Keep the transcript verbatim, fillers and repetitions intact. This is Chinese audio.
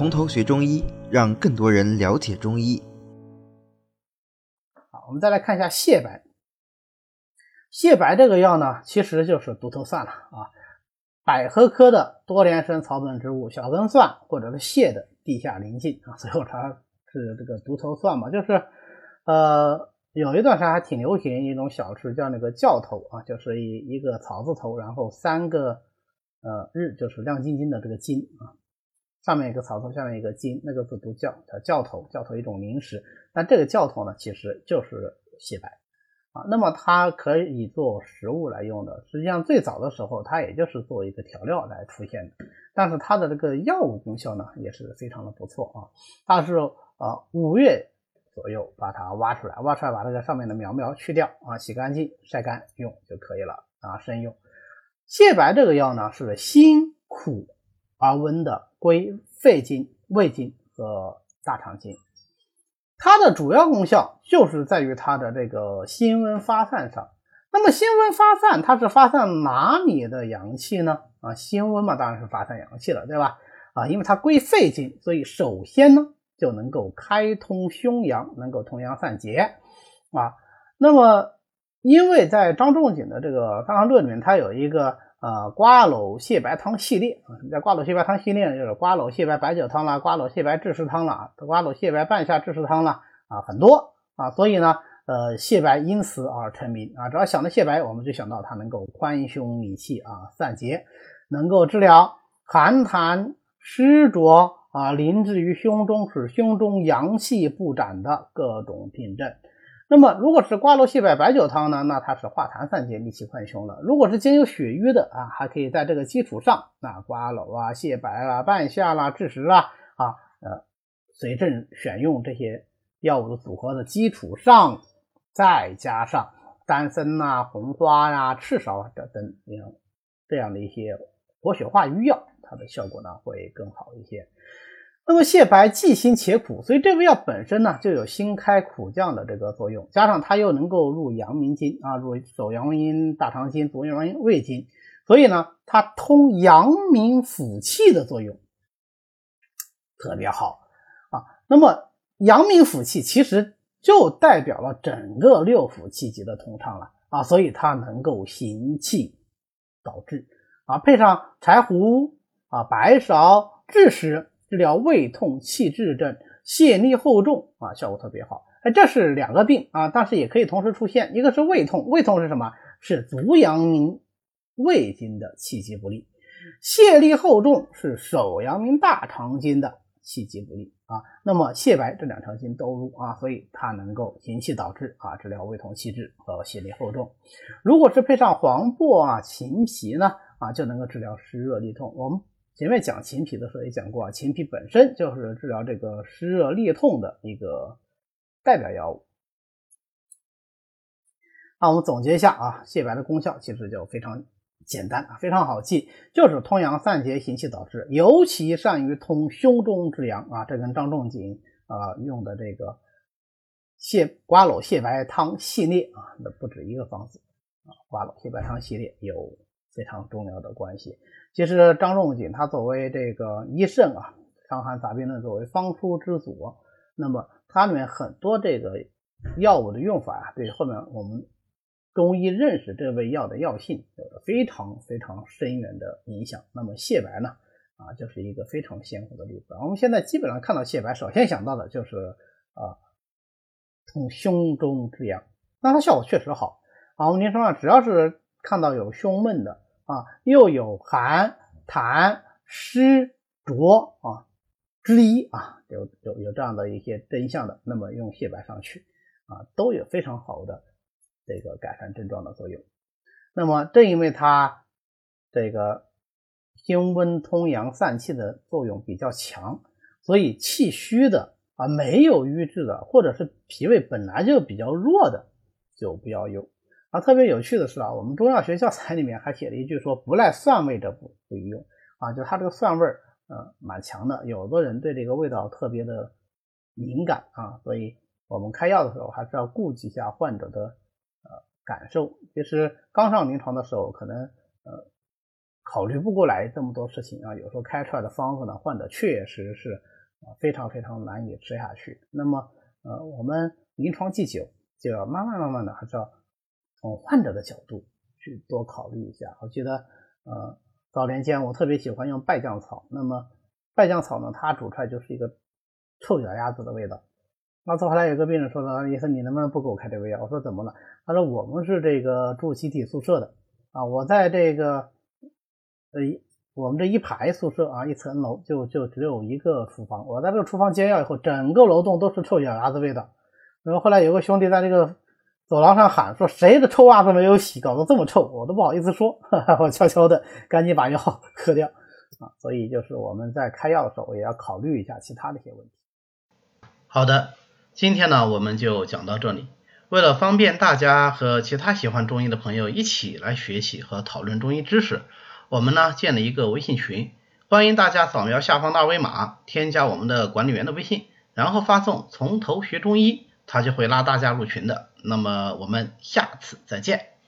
从头学中医，让更多人了解中医。 好，我们再来看一下泻白。泻白这个药呢，其实就是独头蒜了啊，百合科的多年生草本植物，小根蒜或者是泻的地下邻近啊，所以它是这个独头蒜嘛，就是呃有一段时间还挺流行一种小吃叫那个教头啊，就是一一个草字头，然后三个呃日，就是亮晶晶的这个晶啊，上面一个草头，下面一个金，那个字读教，叫教头，教头一种零食。那这个教头呢，其实就是泻白啊。那么它可以做食物来用的，实际上最早的时候它也就是做一个调料来出现的，但是它的这个药物功效呢也是非常的不错啊。它是呃五月左右把它挖出来，挖出来把这个上面的苗苗去掉啊，洗干净晒干用就可以了啊，生用。泻白这个药呢是辛苦而温的，归肺经、胃经和大肠经。它的主要功效就是在于它的这个辛温发散上。那么辛温发散，它是发散哪里的阳气呢？啊，辛温嘛，当然是发散阳气了，对吧？啊，因为它归肺经，所以首先呢就能够开通胸阳，能够通阳散结啊。那么因为在张仲景的这个《伤寒论》里面，它有一个呃瓜蒌泻白汤系列啊，什么叫瓜蒌泻白汤系列呢？就是瓜蒌泻白白酒汤啦，瓜蒌泻白治湿汤啦，瓜蒌泻白半夏治湿汤啦啊，很多啊，所以呢呃泻白因此而成名啊。只要想到泻白，我们就想到它能够宽胸理气啊，散结，能够治疗寒痰湿浊啊，淋滞于胸中，使胸中阳气不展的各种病症。那么如果是瓜蒌泻白白酒汤呢，那它是化痰散结、理气宽胸的。如果是兼有血瘀的啊，还可以在这个基础上，那瓜蒌啊、泻白啦、半夏啦、枳实啦啊，呃，随症选用这些药物的组合的基础上，再加上丹参啊、红花呀、啊、赤芍啊等等这样的一些活血化瘀药，它的效果呢会更好一些。那么泻白既辛且苦，所以这味药本身呢就有辛开苦降的这个作用，加上它又能够入阳明经啊，入手阳明大肠经、足阳明胃经，所以呢它通阳明腑气的作用特别好啊。那么阳明腑气其实就代表了整个六腑气机的通畅了啊，所以它能够行气导滞啊，配上柴胡啊、白芍、枳实，治疗胃痛、气滞症、泻痢厚重啊，效果特别好。哎，这是两个病啊，但是也可以同时出现。一个是胃痛，胃痛是什么？是足阳明胃经的气机不利。泻痢厚重是手阳明大肠经的气机不利啊。那么泻白这两条经都入啊，所以它能够行气导滞啊，治疗胃痛、气滞和泻痢厚重。如果是配上黄柏啊、秦皮呢啊，就能够治疗湿热痢痛。我们前面讲秦皮的时候也讲过啊，秦皮本身就是治疗这个湿热痢痛的一个代表药物。那我们总结一下啊，泻白的功效其实就非常简单啊，非常好记，就是通阳散结、行气导滞，尤其善于通胸中之阳啊。这跟张仲景啊用的这个泻瓜蒌泻白汤系列啊，那不止一个方子啊，瓜蒌泻白汤系列有非常重要的关系。其实张仲景他作为这个医圣啊，伤寒杂病论作为方书之祖，那么它里面很多这个药物的用法啊，对后面我们中医认识这味药的药性有着非常非常深远的影响。那么泻白呢啊，就是一个非常鲜活的例子。我们现在基本上看到泻白，首先想到的就是啊，通胸中之阳，那它效果确实好啊。我们临床上只要是看到有胸闷的啊，又有寒痰湿浊啊之一啊，有有有这样的一些真象的，那么用泻白上去啊，都有非常好的这个改善症状的作用。那么正因为它这个辛温通阳散气的作用比较强，所以气虚的啊，没有瘀滞的，或者是脾胃本来就比较弱的，就不要用。啊，特别有趣的是啊，我们中药学教材里面还写了一句说，不赖蒜味者不不宜用啊，就它这个蒜味呃蛮强的，有的人对这个味道特别的敏感啊，所以我们开药的时候还是要顾及一下患者的呃感受。其实刚上临床的时候，可能呃考虑不过来这么多事情啊，有时候开出来的方子呢，患者确实是啊，非常非常难以吃下去。那么呃，我们临床忌酒就要慢慢慢慢的还是要从患者的角度去多考虑一下。我记得呃早年间我特别喜欢用败酱草，那么败酱草呢，它煮出来就是一个臭脚丫子的味道。那后来有个病人说了，医生你能不能不给我开这个药？我说怎么了？他说我们是这个住集体宿舍的啊，我在这个呃我们这一排宿舍啊，一层楼就就只有一个厨房，我在这个厨房接药以后，整个楼栋都是臭脚丫子味道。然后后来有个兄弟在这个走廊上喊说，谁的臭袜子没有洗，搞得这么臭，我都不好意思说，哈哈，我悄悄的赶紧把药喝掉啊。所以就是我们在开药的时候也要考虑一下其他的一些问题。 好的，今天呢我们就讲到这里。为了方便大家和其他喜欢中医的朋友一起来学习和讨论中医知识，我们呢建了一个微信群，欢迎大家扫描下方的二维码，添加我们的管理员的微信，然后发送从头学中医，他就会拉大家入群的。那么我们下次再见。